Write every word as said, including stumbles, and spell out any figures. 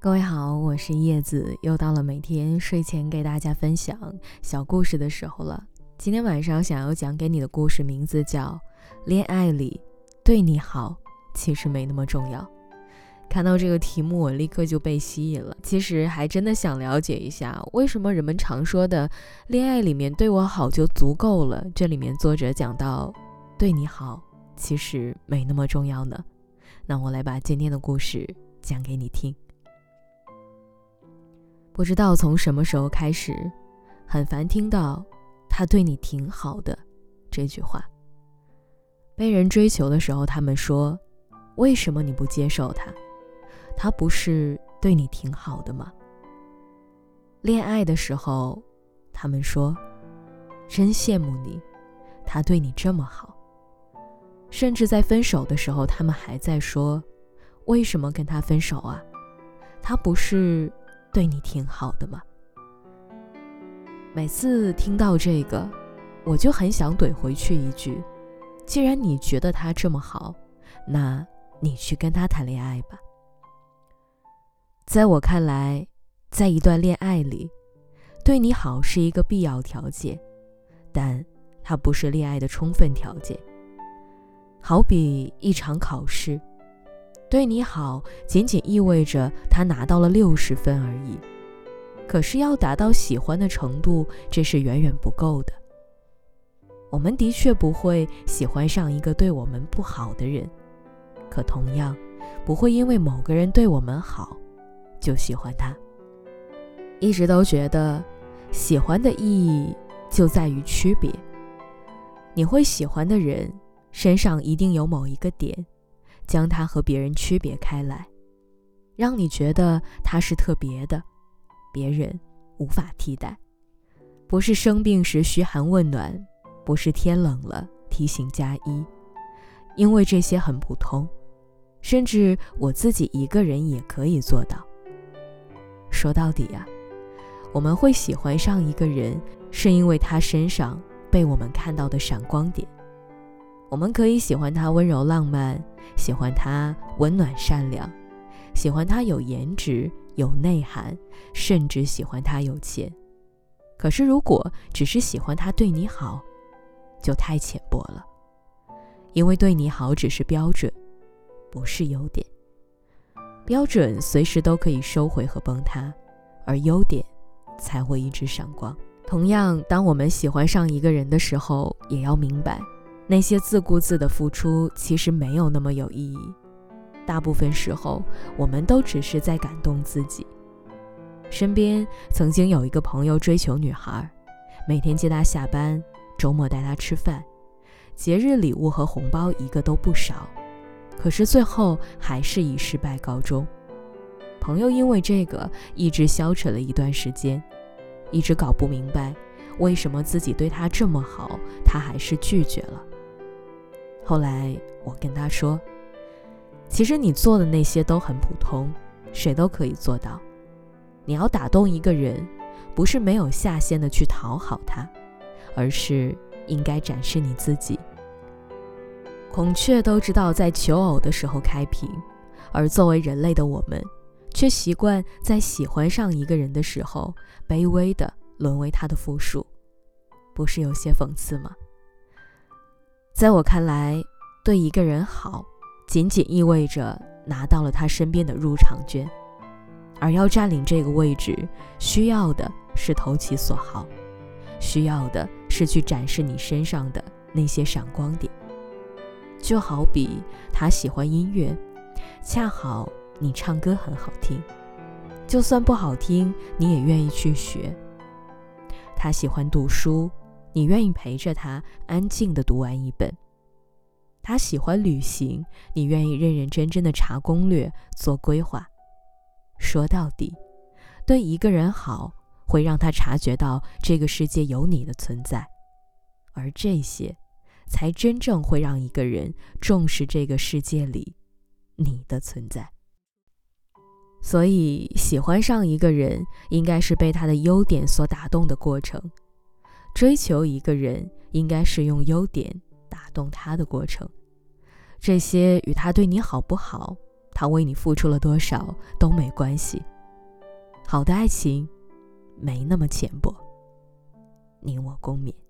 各位好，我是叶子，又到了每天睡前给大家分享小故事的时候了。今天晚上想要讲给你的故事名字叫恋爱里对你好其实没那么重要。看到这个题目我立刻就被吸引了，其实还真的想了解一下为什么人们常说的恋爱里面对我好就足够了，这里面作者讲到对你好其实没那么重要呢。那我来把今天的故事讲给你听。不知道从什么时候开始，很烦听到他对你挺好的这句话。被人追求的时候，他们说为什么你不接受他？他不是对你挺好的吗？恋爱的时候，他们说真羡慕你，他对你这么好。甚至在分手的时候，他们还在说为什么跟他分手啊？他不是对你挺好的吗？每次听到这个，我就很想怼回去一句，既然你觉得他这么好，那你去跟他谈恋爱吧。在我看来，在一段恋爱里，对你好是一个必要条件，但它不是恋爱的充分条件。好比一场考试，对你好仅仅意味着他拿到了六十分而已，可是要达到喜欢的程度，这是远远不够的。我们的确不会喜欢上一个对我们不好的人，可同样不会因为某个人对我们好就喜欢他。一直都觉得喜欢的意义就在于区别，你会喜欢的人身上一定有某一个点将他和别人区别开来，让你觉得他是特别的，别人无法替代。不是生病时嘘寒问暖，不是天冷了提醒加衣，因为这些很普通，甚至我自己一个人也可以做到。说到底啊，我们会喜欢上一个人，是因为他身上被我们看到的闪光点。我们可以喜欢他温柔浪漫，喜欢他温暖善良，喜欢他有颜值有内涵，甚至喜欢他有钱。可是如果只是喜欢他对你好，就太浅薄了，因为对你好只是标准，不是优点。标准随时都可以收回和崩塌，而优点才会一直闪光。同样，当我们喜欢上一个人的时候，也要明白那些自顾自的付出其实没有那么有意义，大部分时候我们都只是在感动自己。身边曾经有一个朋友追求女孩，每天接她下班，周末带她吃饭，节日礼物和红包一个都不少，可是最后还是以失败告终。朋友因为这个一直消沉了一段时间，一直搞不明白为什么自己对他这么好，他还是拒绝了。后来我跟他说，其实你做的那些都很普通，谁都可以做到。你要打动一个人，不是没有下限的去讨好他，而是应该展示你自己。孔雀都知道在求偶的时候开屏，而作为人类的我们，却习惯在喜欢上一个人的时候，卑微的沦为他的附属，不是有些讽刺吗？在我看来，对一个人好，仅仅意味着拿到了他身边的入场券，而要占领这个位置，需要的是投其所好，需要的是去展示你身上的那些闪光点。就好比他喜欢音乐，恰好你唱歌很好听，就算不好听，你也愿意去学。他喜欢读书，你愿意陪着他安静地读完一本。他喜欢旅行，你愿意认认真真地查攻略，做规划。说到底，对一个人好，会让他察觉到这个世界有你的存在，而这些才真正会让一个人重视这个世界里你的存在。所以喜欢上一个人，应该是被他的优点所打动的过程，追求一个人应该是用优点打动他的过程。这些与他对你好不好，他为你付出了多少都没关系， 好的爱情没那么浅薄，你我共勉。